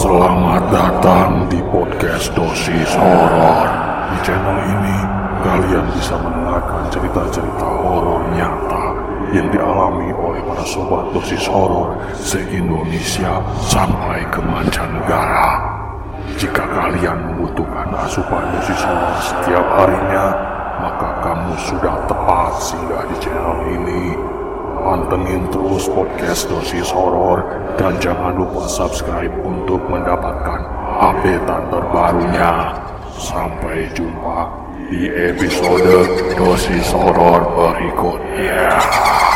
Selamat datang di podcast Dosis Horor. Di channel ini kalian bisa mendengarkan cerita-cerita horor nyata yang dialami oleh para sobat Dosis Horor se-Indonesia sampai ke mancanegara. Jika kalian membutuhkan asupan dosis horor setiap harinya, maka kamu sudah tepat singgah di channel ini. Pantengin terus podcast Dosis Horor dan jangan lupa subscribe untuk mendapatkan updatean terbarunya. Sampai jumpa di episode Dosis Horor berikutnya.